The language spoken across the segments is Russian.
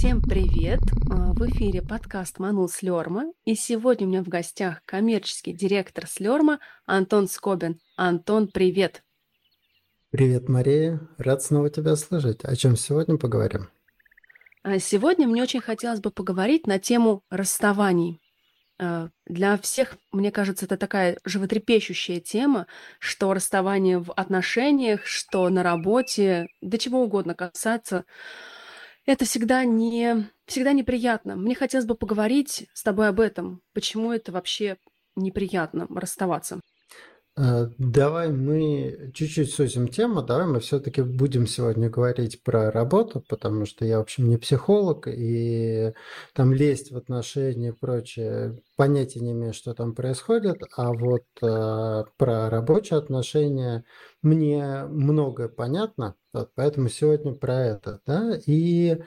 Всем привет! В эфире подкаст «Манул Слерма». И сегодня у меня в гостях коммерческий директор Слерма Антон Скобин. Антон, привет! Привет, Мария. Рад снова тебя слышать. О чем сегодня поговорим? Сегодня мне очень хотелось бы поговорить на тему расставаний. Для всех, мне кажется, это такая животрепещущая тема, что расставание в отношениях, что на работе, да чего угодно касается, это всегда неприятно. Мне хотелось бы поговорить с тобой об этом. Почему это вообще неприятно расставаться? Давай мы чуть-чуть сузим тему. Давай мы все-таки будем сегодня говорить про работу, потому что я, в общем, не психолог, и там лезть в отношения и прочее, понятия не имею, что там происходит. А вот про рабочие отношения мне многое понятно, вот, поэтому сегодня про это, да. И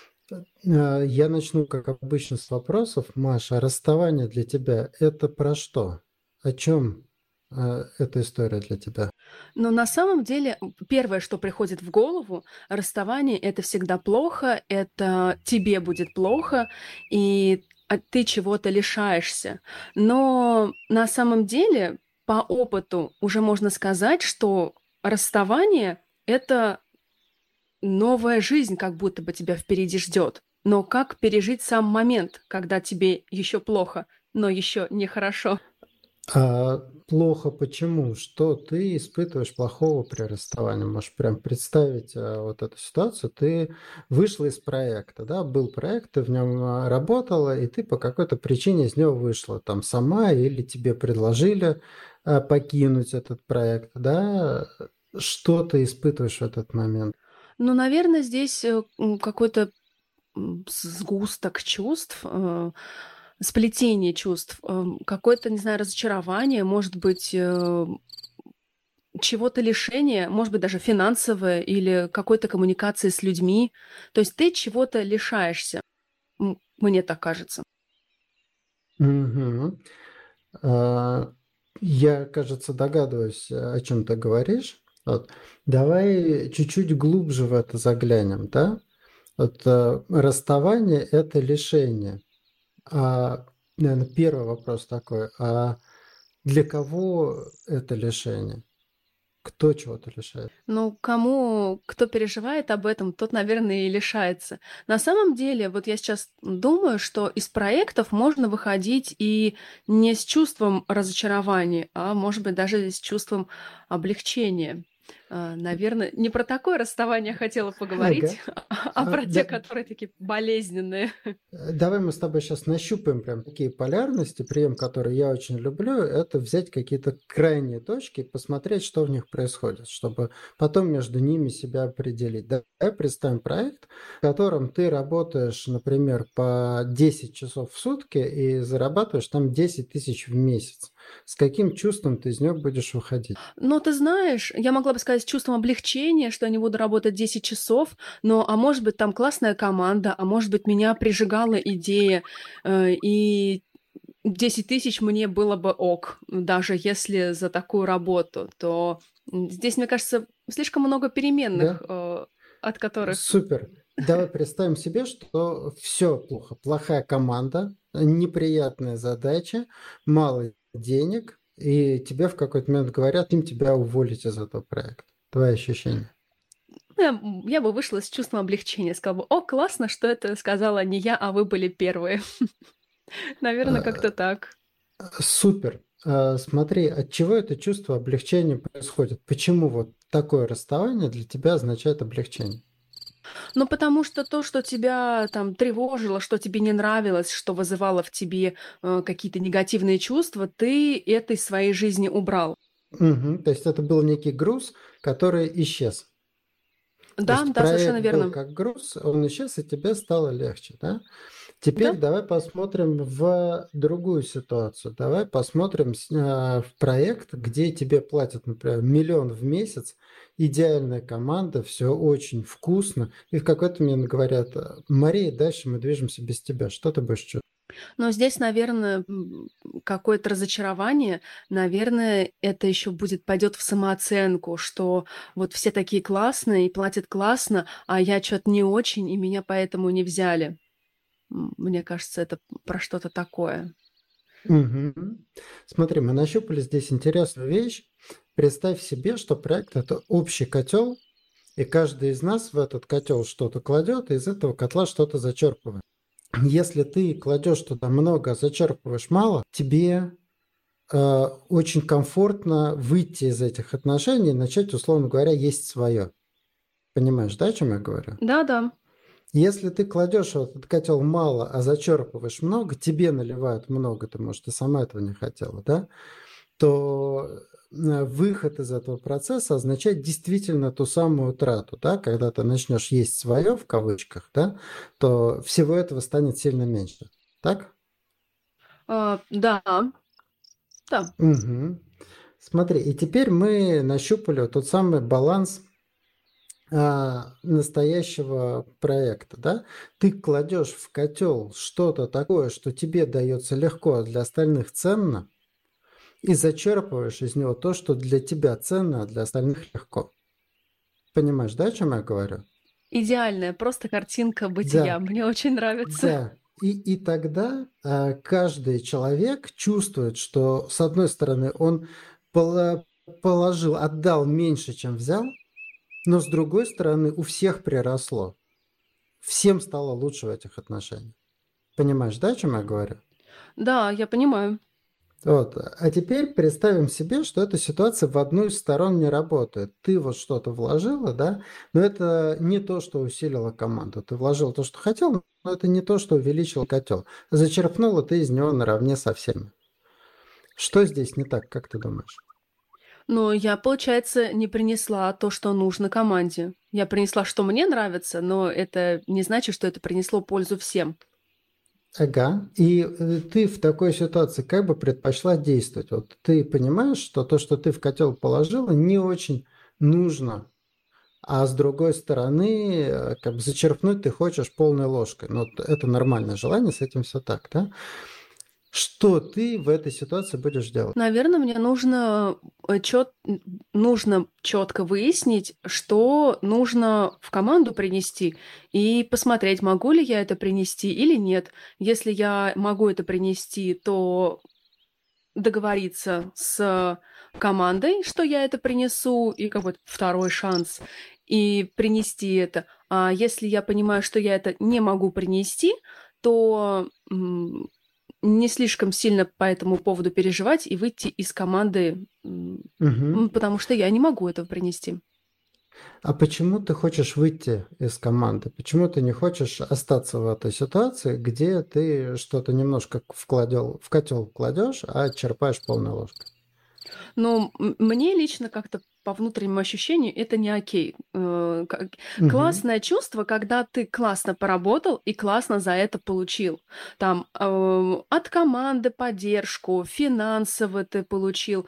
я начну, как обычно, с вопросов. Маша, расставание для тебя – это про что? О чем эта история для тебя? Но на самом деле первое, что приходит в голову, расставание — это всегда плохо, это тебе будет плохо, и ты чего-то лишаешься. Но на самом деле по опыту уже можно сказать, что расставание — это новая жизнь как будто бы тебя впереди ждет. Но как пережить сам момент, когда тебе еще плохо, но еще нехорошо? А плохо почему? Что ты испытываешь плохого при расставании? Можешь прям представить вот эту ситуацию. Ты вышла из проекта, да, был проект, ты в нем работала, и ты по какой-то причине из него вышла, там сама или тебе предложили покинуть этот проект, да? Что ты испытываешь в этот момент? Ну, наверное, здесь какой-то сгусток чувств, сплетение чувств, какое-то, не знаю, разочарование, может быть, чего-то лишение, может быть, даже финансовое или какой-то коммуникации с людьми. То есть ты чего-то лишаешься, мне так кажется. Мгм. А, Я, кажется, догадываюсь, о чем ты говоришь. Вот. Давай чуть-чуть глубже в это заглянем, да? Вот расставание – это лишение. Наверное, первый вопрос такой, а для кого это лишение? Кто чего-то лишает? Ну, кто переживает об этом, тот, наверное, и лишается. На самом деле, вот я сейчас думаю, что из проектов можно выходить и не с чувством разочарования, а может быть даже с чувством облегчения. Наверное, не про такое расставание я хотела Ага. поговорить, а про те, которые такие болезненные. Давай мы с тобой сейчас нащупаем прям такие полярности. Прием, который я очень люблю, это взять какие-то крайние точки и посмотреть, что в них происходит, чтобы потом между ними себя определить. Давай представим проект, в котором ты работаешь, например, по 10 часов в сутки и зарабатываешь там 10 тысяч в месяц. С каким чувством ты из него будешь выходить? Но ты знаешь, я могла бы сказать с чувством облегчения, что я не буду работать 10 часов, а может быть там классная команда, а может быть меня прижигала идея, и 10 000 мне было бы ок, даже если за такую работу, то здесь, мне кажется, слишком много переменных, Да? от которых... Супер. Давай представим себе, что все плохо. Плохая команда, неприятная задача, мало денег, и тебе в какой-то момент говорят, им тебя уволить из этого проекта. Твои ощущения? Я бы вышла с чувством облегчения, сказала бы: о, классно, что это сказала не я, а вы были первые. Наверное, как-то Э, так. Супер. Смотри, от чего это чувство облегчения происходит? Почему вот такое расставание для тебя означает облегчение? Ну, потому что то, что тебя там тревожило, что тебе не нравилось, что вызывало в тебе какие-то негативные чувства, ты это из своей жизни убрал. Мгм. То есть это был некий груз, который исчез. То Да, есть да, совершенно проект был верно. как груз, он исчез, и тебе стало легче, да? Да. Теперь давай посмотрим в другую ситуацию. Давай посмотрим в проект, где тебе платят, например, 1 000 000 в месяц, идеальная команда, все очень вкусно. И в какой-то момент говорят, Мария, дальше мы движемся без тебя. Что ты будешь чувствовать? Но здесь, наверное, какое-то разочарование, наверное, это еще будет пойдет в самооценку, что вот все такие классные и платят классно, а я что-то не очень, и меня поэтому не взяли. Мне кажется, это про что-то такое. Мгм. Смотри, мы нащупали здесь интересную вещь. Представь себе, что проект– это общий котел, и каждый из нас в этот котел что-то кладет, и из этого котла что-то зачерпывает. Если ты кладешь туда много, а зачерпываешь мало, тебе очень комфортно выйти из этих отношений и начать, условно говоря, есть свое. Понимаешь, да, о чем я говорю? Да-да. Если ты кладешь в этот котел мало, а зачерпываешь много, тебе наливают много, ты, может, и сама этого не хотела, да? То выход из этого процесса означает действительно ту самую утрату, да? Когда ты начнешь есть свое, в кавычках, да, то всего этого станет сильно меньше. Так? Да, да. Мгм. Смотри, и теперь мы нащупали вот тот самый баланс настоящего проекта, да? Ты кладешь в котел что-то такое, что тебе дается легко, а для остальных ценно, и зачерпываешь из него то, что для тебя ценно, а для остальных легко. Понимаешь, да, о чем я говорю? Идеальная просто картинка бытия. Да, Мне очень нравится. да. И тогда каждый человек чувствует, что, с одной стороны, он пола- положил, отдал меньше, чем взял, но, с другой стороны, у всех приросло. Всем стало лучше в этих отношениях. Понимаешь, да, о чем я говорю? Да, я понимаю. Вот. А теперь представим себе, что эта ситуация в одну из сторон не работает. Ты вот что-то вложила, да, но это не то, что усилило команду. Ты вложил то, что хотел, но это не то, что увеличило котел. Зачерпнула ты из него наравне со всеми. Что здесь не так, как ты думаешь? Но я, получается, не принесла то, что нужно команде. Я принесла, что мне нравится, но это не значит, что это принесло пользу всем. Ага. И ты в такой ситуации как бы предпочла действовать? Вот ты понимаешь, что то, что ты в котел положила, не очень нужно. А с другой стороны, как бы зачерпнуть ты хочешь полной ложкой. Ну, это нормальное желание, с этим все так, да? Что ты в этой ситуации будешь делать? Наверное, мне нужно четко выяснить, что нужно в команду принести, и посмотреть, могу ли я это принести или нет. Если я могу это принести, то договориться с командой, что я это принесу, и как бы второй шанс, и принести это. А если я понимаю, что я это не могу принести, то не слишком сильно по этому поводу переживать и выйти из команды, Мгм. потому что я не могу этого принести. А почему ты хочешь выйти из команды? Почему ты не хочешь остаться в этой ситуации, где ты что-то немножко в котел кладешь, а черпаешь полной ложкой? Но мне лично как-то по внутреннему ощущению это не окей. Мгм. Классное чувство, когда ты классно поработал и классно за это получил. Там от команды поддержку, финансово ты получил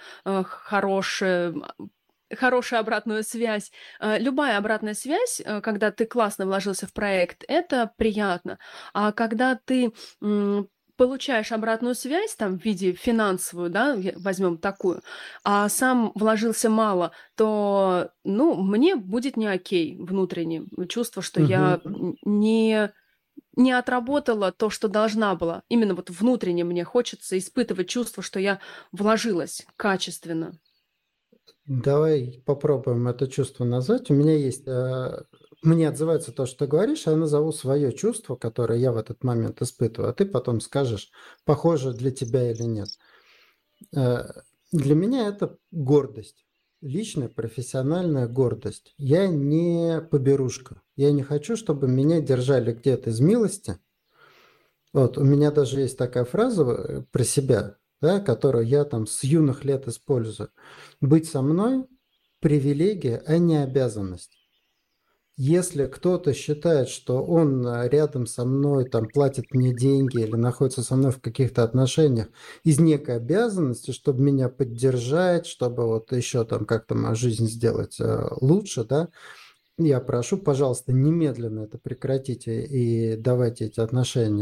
хорошую обратную связь. Любая обратная связь, когда ты классно вложился в проект, это приятно. А когда ты получаешь обратную связь там в виде финансовую, да, возьмем такую, а сам вложился мало, то, ну, мне будет не окей внутренне. Чувство, что я Мгм. не отработала то, что должна была. Именно вот внутренне мне хочется испытывать чувство, что я вложилась качественно. Давай попробуем это чувство назвать. У меня есть... мне отзывается то, что ты говоришь, а я назову свое чувство, которое я в этот момент испытываю, а ты потом скажешь, похоже для тебя или нет. Э, Для меня это гордость. Личная, профессиональная гордость. Я не поберушка. Я не хочу, чтобы меня держали где-то из милости. Вот, у меня даже есть такая фраза про себя, да, которую я там с юных лет использую. Быть со мной– привилегия, а не обязанность. Если кто-то считает, что он рядом со мной, там, платит мне деньги или находится со мной в каких-то отношениях из некой обязанности, чтобы меня поддержать, чтобы вот еще там как-то мою жизнь сделать лучше, да, я прошу, пожалуйста, немедленно это прекратите и давайте эти отношения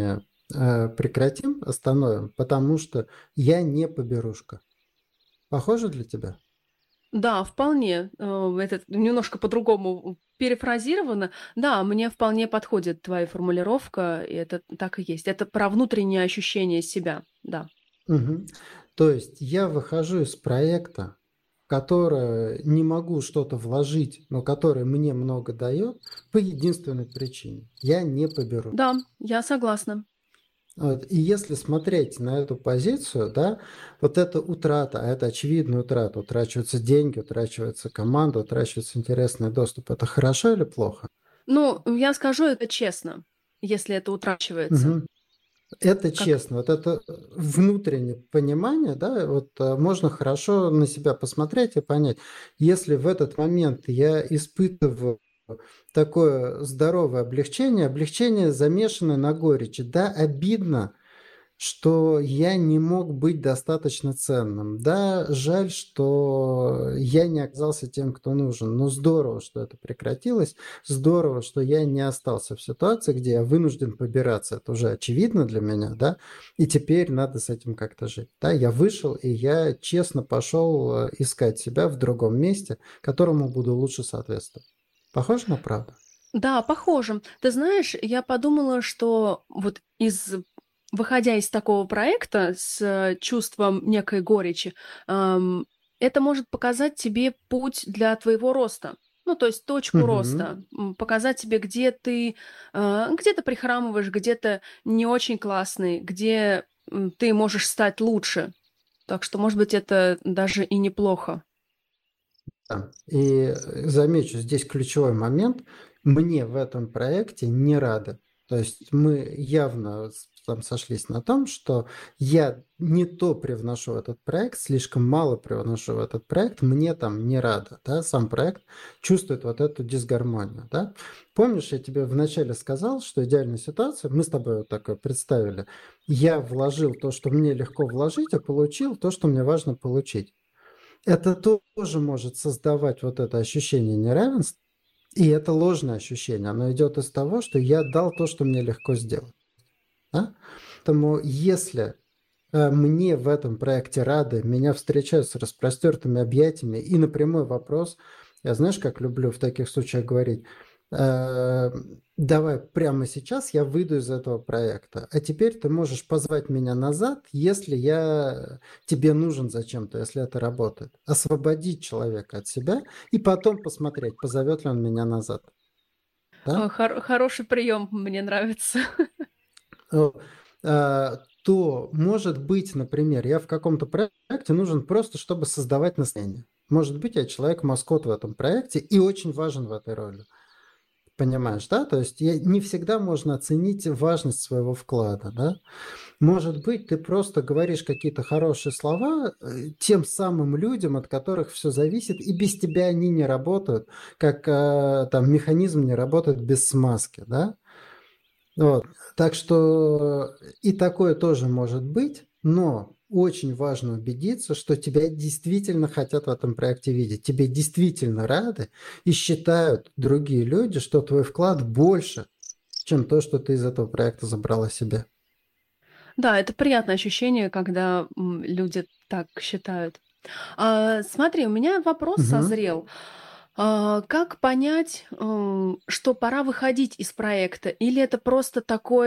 прекратим, остановим, потому что я не поберушка. Похоже для тебя? Да, вполне. Это немножко по-другому перефразировано. Да, мне вполне подходит твоя формулировка, и это так и есть. Это про внутреннее ощущение себя, да. Мгм. То есть я выхожу из проекта, в которое не могу что-то вложить, но которое мне много дает, по единственной причине. Я не поберу. Да, я согласна. Вот. И если смотреть на эту позицию, да, вот эта утрата, а это очевидная утрата, утрачиваются деньги, утрачивается команда, утрачивается интересный доступ, это хорошо или плохо? Ну, я скажу это честно, если это утрачивается. Мгм. Это Как честно, вот это внутреннее понимание, да, вот можно хорошо на себя посмотреть и понять, если в этот момент я испытываю такое здоровое облегчение, облегчение замешанное на горечи, да, обидно, что я не мог быть достаточно ценным. Да, жаль, что я не оказался тем, кто нужен. Но здорово, что это прекратилось. Здорово, что я не остался в ситуации, где я вынужден побираться. Это уже очевидно для меня, да. И теперь надо с этим как-то жить. Да, я вышел, и я честно пошел искать себя в другом месте, которому буду лучше соответствовать. Похоже на правду? Да, похоже. Ты знаешь, я подумала, что вот выходя из такого проекта с чувством некой горечи, ам, это может показать тебе путь для твоего роста. Ну, то есть точку Мгм. роста, показать тебе, где ты прихрамываешь, где-то не очень классный, где ты можешь стать лучше. Так что, может быть, это даже и неплохо. Да. И замечу, здесь ключевой момент. Мне в этом проекте не рады. То есть мы явно там сошлись на том, что я не то привношу в этот проект, слишком мало привношу в этот проект, мне там не рада. Да? Сам проект чувствует вот эту дисгармонию. Да? Помнишь, я тебе вначале сказал, что идеальная ситуация, мы с тобой вот такое представили, я вложил то, что мне легко вложить, а получил то, что мне важно получить. Это тоже может создавать вот это ощущение неравенства, и это ложное ощущение. Оно идет из того, что я дал то, что мне легко сделать. Да? Поэтому если мне в этом проекте рады, меня встречают с распростертыми объятиями и на прямой вопрос, я знаешь, как люблю в таких случаях говорить, э, давай прямо сейчас я выйду из этого проекта, а теперь ты можешь позвать меня назад, если я тебе нужен зачем-то, если это работает. Освободить человека от себя и потом посмотреть, позовет ли он меня назад. Да? Хороший прием, мне нравится. Э, то, может быть, например, я в каком-то проекте нужен просто, чтобы создавать настроение. Может быть, я человек-маскот в этом проекте и очень важен в этой роли. Понимаешь, да? То есть не всегда можно оценить важность своего вклада, да? Может быть, ты просто говоришь какие-то хорошие слова тем самым людям, от которых все зависит, и без тебя они не работают, как там механизм не работает без смазки, да? Вот. Так что и такое тоже может быть, но очень важно убедиться, что тебя действительно хотят в этом проекте видеть, тебе действительно рады и считают другие люди, что твой вклад больше, чем то, что ты из этого проекта забрала себе. Да, это приятное ощущение, когда люди так считают. Смотри, у меня вопрос Мгм. созрел. Как понять, что пора выходить из проекта? Или это просто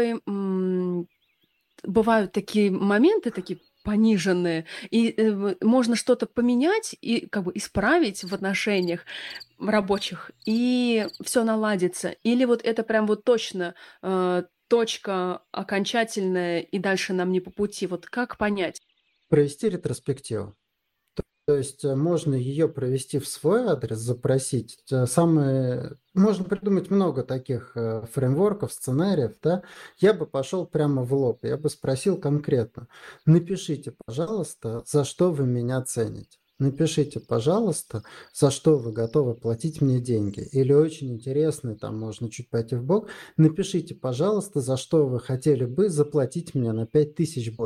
бывают такие моменты, такие пониженные, и можно что-то поменять и как бы исправить в отношениях рабочих, и все наладится? Или вот это прям вот точно точка окончательная, и дальше нам не по пути? Вот как понять? Провести ретроспективу. То есть можно ее провести в свой адрес, запросить. Можно придумать много таких фреймворков, сценариев, да. Я бы пошел прямо в лоб, я бы спросил конкретно. Напишите, пожалуйста, за что вы меня цените. Напишите, пожалуйста, за что вы готовы платить мне деньги. Или очень интересный, там можно чуть пойти в бок. Напишите, пожалуйста, за что вы хотели бы заплатить мне на 5000 больше.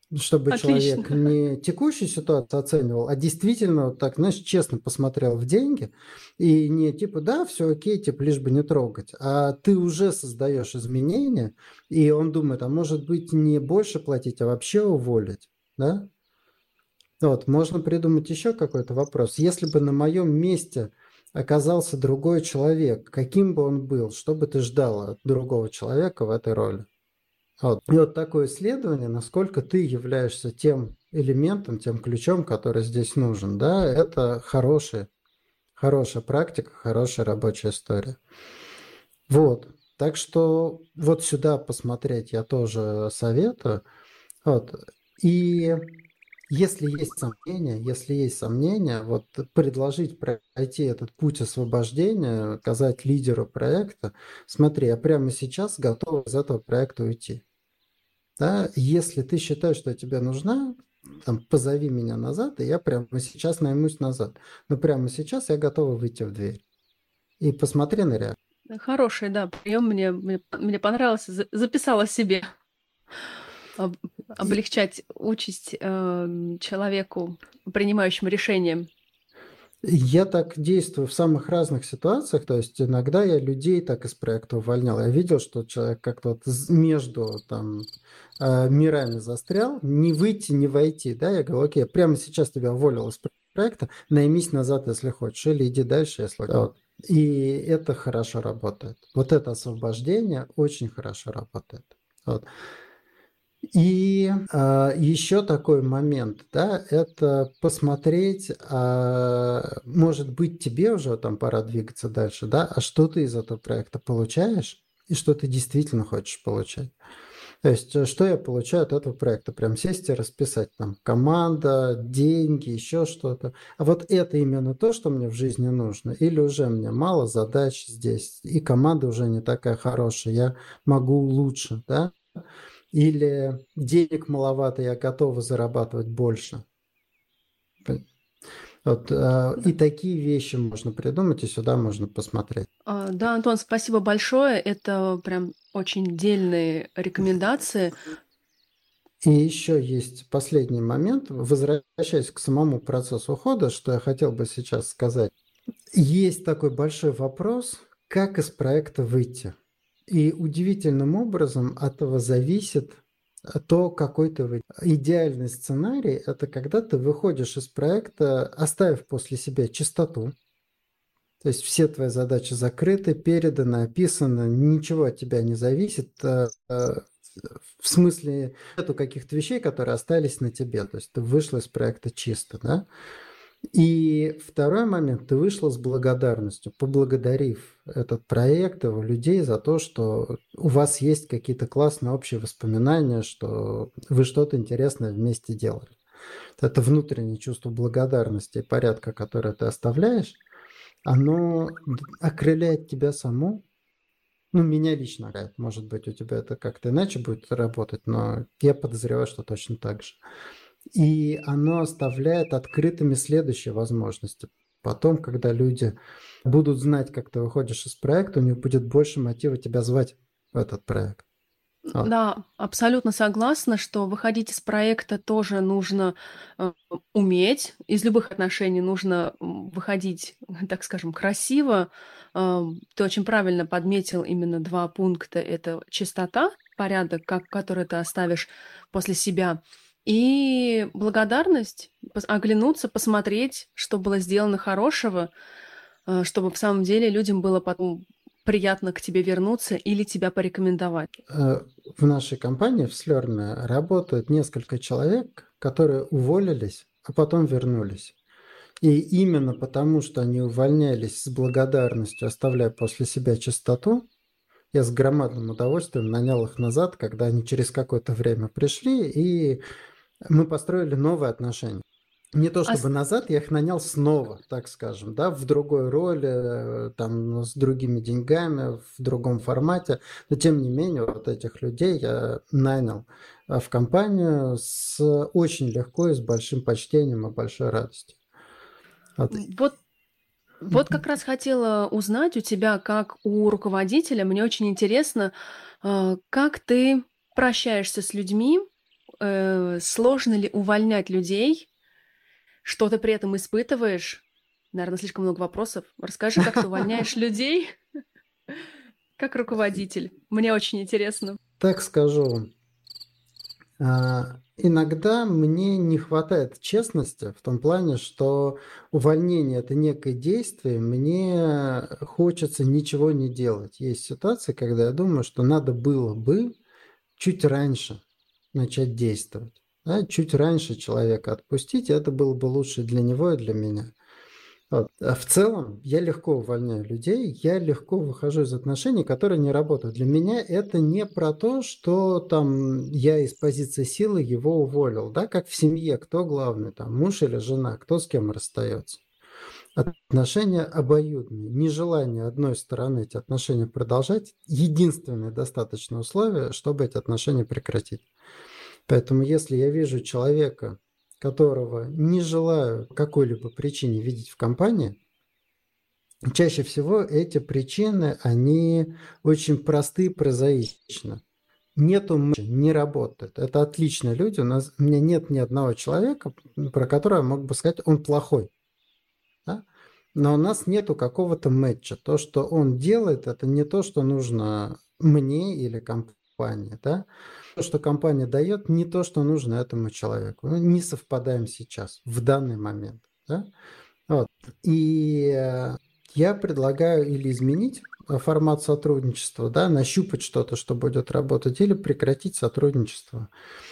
чтобы человек Отлично. не текущую ситуацию оценивал, а действительно вот так, знаешь, честно посмотрел в деньги и не типа, да, все окей, типа, лишь бы не трогать, а ты уже создаешь изменения, и он думает, а может быть не больше платить, а вообще уволить, да? Вот, можно придумать еще какой-то вопрос. Если бы на моем месте оказался другой человек, каким бы он был, что бы ты ждал от другого человека в этой роли? Вот. И вот такое исследование, насколько ты являешься тем элементом, тем ключом, который здесь нужен, да, это хорошая практика, хорошая рабочая история. Вот. Так что вот сюда посмотреть я тоже советую. Вот. И если есть сомнения, вот предложить пройти этот путь освобождения, сказать лидеру проекта, смотри, я прямо сейчас готов из этого проекта уйти. Да, если ты считаешь, что тебе нужна, там, позови меня назад, и я прямо сейчас наймусь назад. Но прямо сейчас я готова выйти в дверь. И посмотри на реакцию. Хороший, да, прием мне понравился. Записала себе. Об И облегчать участь, человеку, принимающему решения. я так действую в самых разных ситуациях, то есть иногда я людей так из проекта увольнял. Я видел, что человек как-то вот между там мирами застрял, не выйти, не войти, да, я говорю, окей, прямо сейчас тебя уволил из проекта, наймись назад, если хочешь, или иди дальше, если хочешь. Вот. И это хорошо работает. Вот это освобождение очень хорошо работает. Вот. И еще такой момент, да, это посмотреть, может быть, тебе уже там пора двигаться дальше, да, а что ты из этого проекта получаешь и что ты действительно хочешь получать. То есть, что я получаю от этого проекта? Прям сесть и расписать там команда, деньги, еще что-то. А вот это именно то, что мне в жизни нужно. Или уже мне мало задач здесь, и команда уже не такая хорошая, я могу лучше, да? Или денег маловато, я готова зарабатывать больше. Вот, Да. и такие вещи можно придумать, и сюда можно посмотреть. Да, Антон, спасибо большое. Это прям очень дельные рекомендации. И еще есть последний момент, возвращаясь к самому процессу ухода, что я хотел бы сейчас сказать. Есть такой большой вопрос, как из проекта выйти. И удивительным образом от этого зависит то, какой ты выйдешь. Идеальный сценарий– это когда ты выходишь из проекта, оставив после себя чистоту. То есть все твои задачи закрыты, переданы, описаны, ничего от тебя не зависит. В смысле, нету каких-то вещей, которые остались на тебе. То есть ты вышла из проекта чисто, да? И второй момент, ты вышла с благодарностью, поблагодарив этот проект, его людей за то, что у вас есть какие-то классные общие воспоминания, что вы что-то интересное вместе делали. Это внутреннее чувство благодарности и порядка, которое ты оставляешь, оно окрыляет тебя саму. Ну, меня лично окрыляет. Может быть, у тебя это как-то иначе будет работать, но я подозреваю, что точно так же. И оно оставляет открытыми следующие возможности. Потом, когда люди будут знать, как ты выходишь из проекта, у них будет больше мотива тебя звать в этот проект. Вот. Да, абсолютно согласна, что выходить из проекта тоже нужно э, уметь. Из любых отношений нужно выходить, так скажем, красиво. Ты очень правильно подметил именно два пункта. Это чистота, порядок, который ты оставишь после себя, и благодарность, оглянуться, посмотреть, что было сделано хорошего, чтобы в самом деле людям было потом приятно к тебе вернуться или тебя порекомендовать. В нашей компании, в Слерме, работают несколько человек, которые уволились, а потом вернулись. И именно потому, что они увольнялись с благодарностью, оставляя после себя чистоту, я с громадным удовольствием нанял их назад, когда они через какое-то время пришли, и мы построили новые отношения. Не то Ас чтобы назад, я их нанял снова, так скажем, да, в другой роли, там, с другими деньгами, в другом формате. Но тем не менее, вот этих людей я нанял в компанию с очень легко и с большим почтением и большой радостью. Вот. вот вот как раз хотела узнать у тебя, как у руководителя, мне очень интересно, как ты прощаешься с людьми, сложно ли увольнять людей? Что ты при этом испытываешь? Наверное, слишком много вопросов. Расскажи, как ты увольняешь людей как руководитель. Мне очень интересно. Так скажу, иногда мне не хватает честности в том плане, что увольнение – это некое действие, мне хочется ничего не делать. Есть ситуации, когда я думаю, что надо было бы чуть раньше начать действовать. Да, чуть раньше человека отпустить, и это было бы лучше для него и для меня. Вот. А в целом я легко увольняю людей, я легко выхожу из отношений, которые не работают. Для меня это не про то, что там я из позиции силы его уволил, да, как в семье, кто главный, там, муж или жена, кто с кем расстается. Отношения обоюдные. Нежелание одной стороны эти отношения продолжать – единственное достаточное условие, чтобы эти отношения прекратить. Поэтому если я вижу человека, которого не желаю по какой-либо причине видеть в компании, чаще всего эти причины, они очень простые, прозаичны. Нету матча, не работает. Это отличные люди. У меня нет ни одного человека, про которого я мог бы сказать, он плохой. Да? Но у нас нету какого-то матча. То, что он делает, это не то, что нужно мне или компании. Да? То, что компания дает, не то, что нужно этому человеку. Мы не совпадаем сейчас, в данный момент. Да? Вот. И я предлагаю или изменить формат сотрудничества, да, нащупать что-то, что будет работать, или прекратить сотрудничество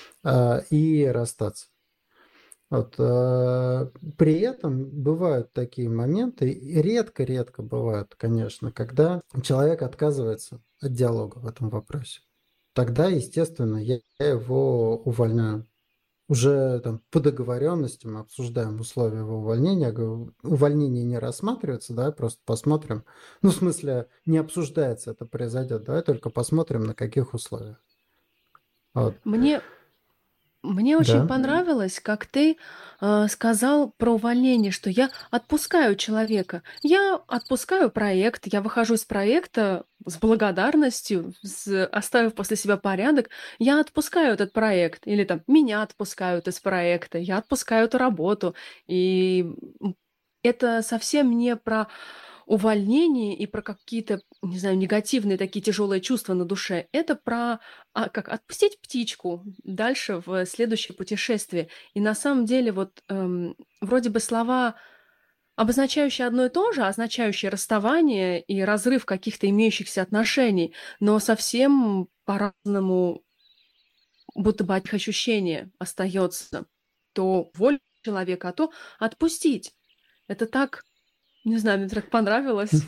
и расстаться. Вот. При этом бывают такие моменты, и редко-редко бывают, конечно, когда человек отказывается от диалога в этом вопросе. Тогда, естественно, я его увольняю. Уже там по договоренности мы обсуждаем условия его увольнения. Я говорю, увольнение не рассматривается, да, просто посмотрим. Ну, в смысле, не обсуждается, это произойдет. Давай только посмотрим, на каких условиях. Вот. Мне Мне очень Да. понравилось, как ты сказал про увольнение, что я отпускаю человека. Я отпускаю проект, я выхожу из проекта с благодарностью, оставив после себя порядок. Я отпускаю этот проект, или там меня отпускают из проекта, я отпускаю эту работу. И это совсем не про увольнение и про какие-то, не знаю, негативные такие тяжелые чувства на душе. Это про как отпустить птичку дальше в следующее путешествие. И на самом деле вот вроде бы слова, обозначающие одно и то же, означающие расставание и разрыв каких-то имеющихся отношений, но совсем по-разному, будто бы от них ощущение остается. То воль человека, а то отпустить. Это так, не знаю, мне так понравилось.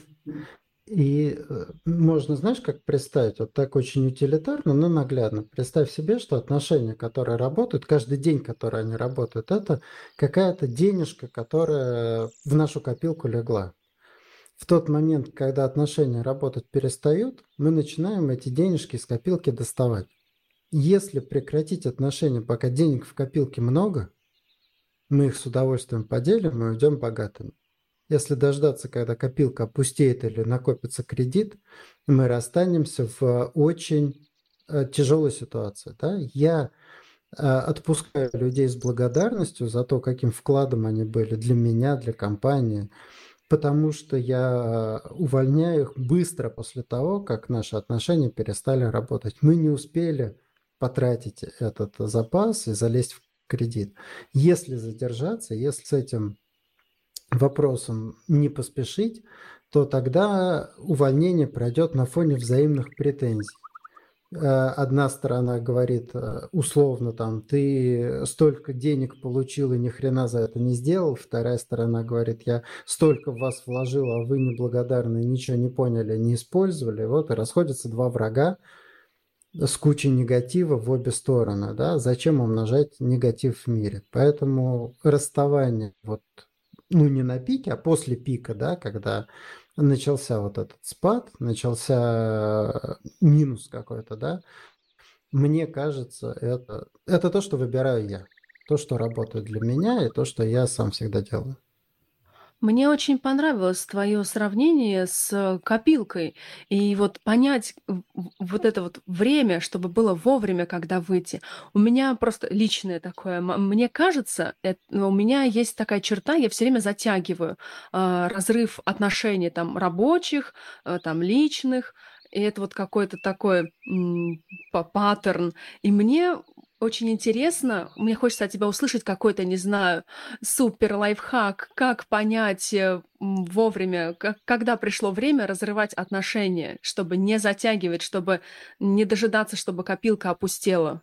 И можно, знаешь, как представить, вот так очень утилитарно, но наглядно. Представь себе, что отношения, которые работают, каждый день, который они работают, это какая-то денежка, которая в нашу копилку легла. В тот момент, когда отношения работать перестают, мы начинаем эти денежки из копилки доставать. Если прекратить отношения, пока денег в копилке много, мы их с удовольствием поделим и уйдем богатыми. Если дождаться, когда копилка опустеет или накопится кредит, мы расстанемся в очень тяжелой ситуации. Да? Я отпускаю людей с благодарностью за то, каким вкладом они были для меня, для компании, потому что я увольняю их быстро после того, как наши отношения перестали работать. Мы не успели потратить этот запас и залезть в кредит. Если задержаться, если с этим вопросом не поспешить, то тогда увольнение пройдет на фоне взаимных претензий. Одна сторона говорит условно там, ты столько денег получил и ни хрена за это не сделал. Вторая сторона говорит, я столько в вас вложил, а вы неблагодарны, ничего не поняли, не использовали. Вот и расходятся два врага с кучей негатива в обе стороны. Да? Зачем умножать негатив в мире? Поэтому расставание вот, ну не на пике, а после пика, да, когда начался вот этот спад, начался минус какой-то, да, мне кажется, это то, что выбираю я. То, что работает для меня, и то, что я сам всегда делаю. Мне очень понравилось твое сравнение с копилкой. И вот понять вот это вот время, чтобы было вовремя, когда выйти. У меня просто личное такое. Мне кажется, у меня есть такая черта, я все время затягиваю разрыв отношений там рабочих, там личных. И это вот какой-то такой паттерн. И мне очень интересно, мне хочется от тебя услышать какой-то, не знаю, супер лайфхак, как понять вовремя, когда пришло время разрывать отношения, чтобы не затягивать, чтобы не дожидаться, чтобы копилка опустела.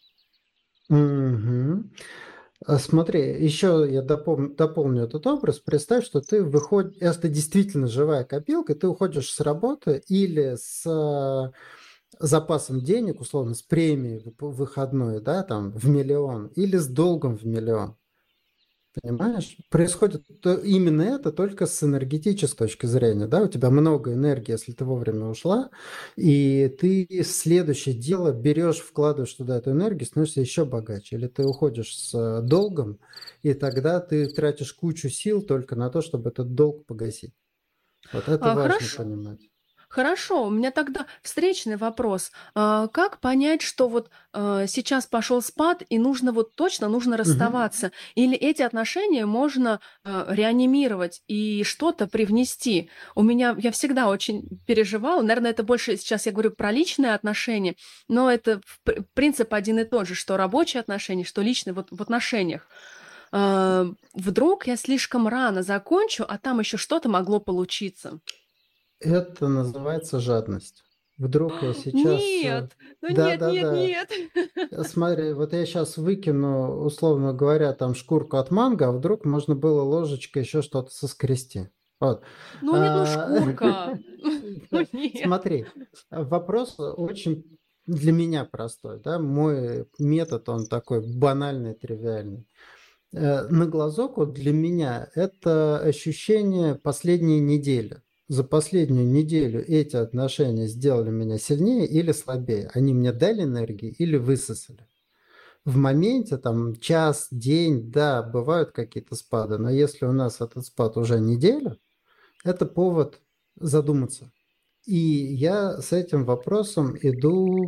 Мгм. Смотри, еще я дополню этот образ. Представь, что ты выходишь, это действительно живая копилка, ты уходишь с работы или с запасом денег, условно, с премией выходной, да, там, в миллион, или с долгом в миллион. Понимаешь? Происходит именно это только с энергетической точки зрения, да, у тебя много энергии, если ты вовремя ушла, и ты следующее дело берешь, вкладываешь туда эту энергию, становишься еще богаче, или ты уходишь с долгом, и тогда ты тратишь кучу сил только на то, чтобы этот долг погасить. Вот это важно Хорошо. понимать. Хорошо, у меня тогда встречный вопрос. Как понять, что вот сейчас пошел спад и нужно вот точно нужно Мгм. расставаться? Или эти отношения можно реанимировать и что-то привнести? Я всегда очень переживала, наверное, это больше сейчас я говорю про личные отношения, но это принцип один и тот же, что рабочие отношения, что личные вот в отношениях. Вдруг я слишком рано закончу, а там еще что-то могло получиться. Это называется жадность. Вдруг я сейчас... Нет, ну Да, нет, да, нет, да. нет. Смотри, вот я сейчас выкину, условно говоря, там шкурку от манго, а вдруг можно было ложечкой еще что-то соскрести. Вот. Ну нет, ну А, шкурка. Ну да, нет. смотри, вопрос очень для меня простой, да, мой метод, он такой банальный, тривиальный. На глазок вот для меня это ощущение последней недели. За последнюю неделю эти отношения сделали меня сильнее или слабее. Они мне дали энергии или высосали. В моменте, там, час, день, да, бывают какие-то спады, но если у нас этот спад уже неделю, это повод задуматься. И я с этим вопросом иду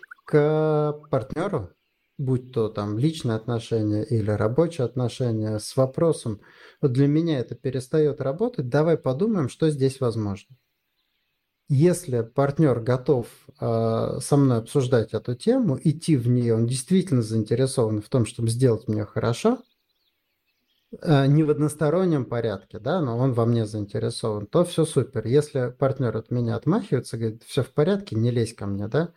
к партнеру, будь то там личные отношения или рабочие отношения, с вопросом, вот для меня это перестает работать, давай подумаем, что здесь возможно. Если партнер готов со мной обсуждать эту тему, идти в нее, он действительно заинтересован в том, чтобы сделать мне хорошо, не в одностороннем порядке, да, но он во мне заинтересован, то все супер. Если партнер от меня отмахивается, говорит, все в порядке, не лезь ко мне, да,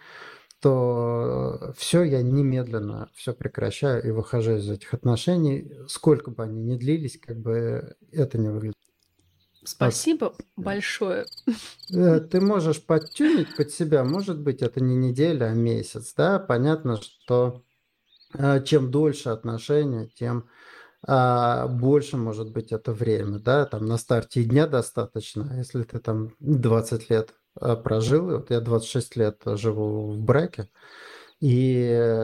то все, я немедленно все прекращаю и выхожу из этих отношений, сколько бы они ни длились, как бы это не выглядит. Вот. Спасибо большое. Ты можешь подтюнить под себя, может быть, это не неделя, а месяц, да, понятно, что чем дольше отношения, тем больше может быть это время, да, там на старте и дня достаточно, а если ты там 20 лет прожил, и вот я 26 лет живу в браке, и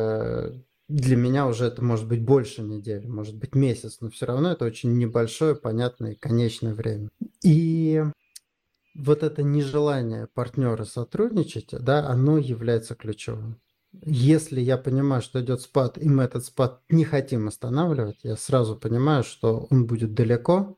для меня уже это может быть больше недели, может быть месяц, но все равно это очень небольшое, понятное и конечное время. И вот это нежелание партнера сотрудничать, да, оно является ключевым. Если я понимаю, что идет спад, и мы этот спад не хотим останавливать, я сразу понимаю, что он будет далеко,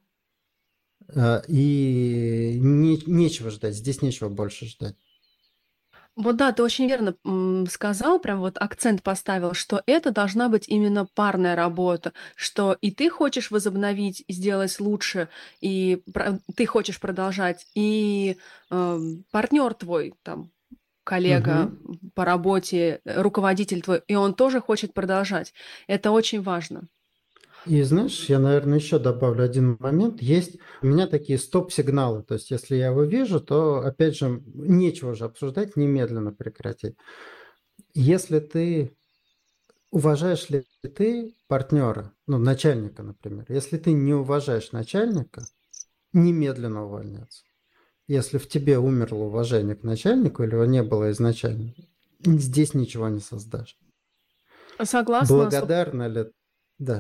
и нечего ждать, здесь нечего больше ждать. Вот да, ты очень верно сказал, прям вот акцент поставил, что это должна быть именно парная работа, что и ты хочешь возобновить, и сделать лучше, и ты хочешь продолжать, и партнер твой, там, коллега Мгм. по работе, руководитель твой, и он тоже хочет продолжать. Это очень важно. И знаешь, я, наверное, еще добавлю один момент. Есть у меня такие стоп-сигналы. То есть, если я его вижу, то, опять же, нечего же обсуждать, немедленно прекратить. Если ты уважаешь ли ты партнера, ну, начальника, например. Если ты не уважаешь начальника, немедленно увольняться. Если в тебе умерло уважение к начальнику или его не было изначально, здесь ничего не создашь. Согласна, Благодарна ли... Да.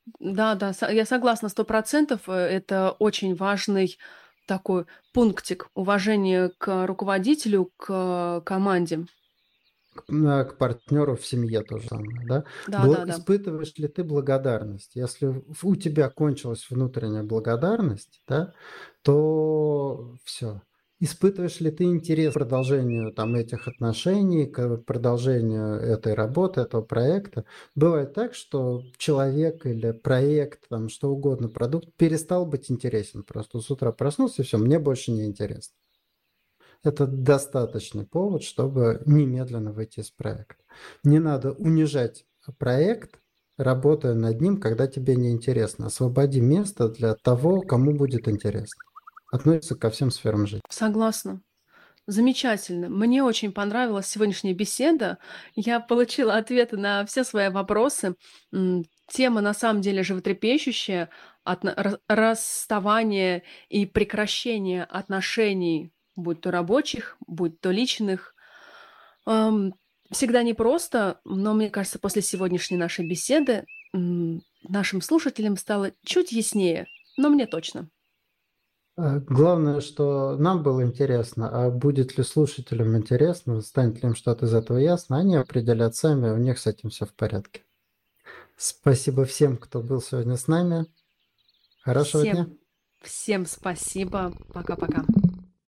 Да, да, я согласна 100%. Это очень важный такой пунктик уважения к руководителю, к команде. К партнеру в семье то же самое, да? Да, да, да. Испытываешь ли ты благодарность? Если у тебя кончилась внутренняя благодарность, да, то все. Испытываешь ли ты интерес к продолжению там этих отношений, к продолжению этой работы, этого проекта? Бывает так, что человек или проект, там что угодно, продукт перестал быть интересен. Просто с утра проснулся, и все, мне больше не интересно. Это достаточный повод, чтобы немедленно выйти из проекта. Не надо унижать проект, работая над ним, когда тебе не интересно. Освободи место для того, кому будет интересно. Относится ко всем сферам жизни. Согласна. Замечательно. Мне очень понравилась сегодняшняя беседа. Я получила ответы на все свои вопросы. Тема на самом деле животрепещущая. Расставание и прекращение отношений, будь то рабочих, будь то личных. Ам, Всегда непросто, но мне кажется, после сегодняшней нашей беседы нашим слушателям стало чуть яснее, но мне точно. Главное, что нам было интересно, а будет ли слушателям интересно, станет ли им что-то из этого ясно, они определят сами, у них с этим все в порядке. Спасибо всем, кто был сегодня с нами. Хорошего дня. Всем, всем спасибо. Пока-пока.